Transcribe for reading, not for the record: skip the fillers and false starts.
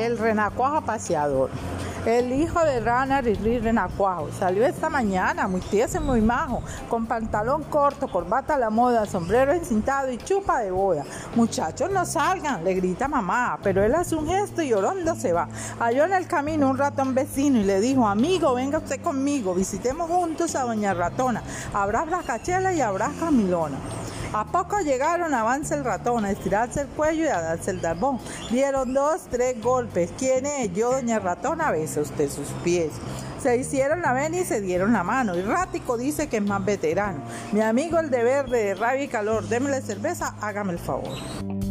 El renacuajo paseador. El hijo de Rana Riri Renacuajo salió esta mañana, muy tieso y muy majo, con pantalón corto, corbata a la moda, sombrero encintado y chupa de boda. Muchachos, no salgan, le grita mamá, pero él hace un gesto y llorando se va. Halló en el camino un ratón vecino y le dijo: amigo, venga usted conmigo, visitemos juntos a doña Ratona, habrá Blacachela y habrá Camilona. A poco llegaron, avanza el ratón, a estirarse el cuello y a darse el darbón. Dieron 2, 3 golpes. ¿Quién es? Yo, doña Ratona, besa usted sus pies. Se hicieron la venia y se dieron la mano. Y Rático dice que es más veterano. Mi amigo el de verde, de rabia y calor, démele cerveza, hágame el favor.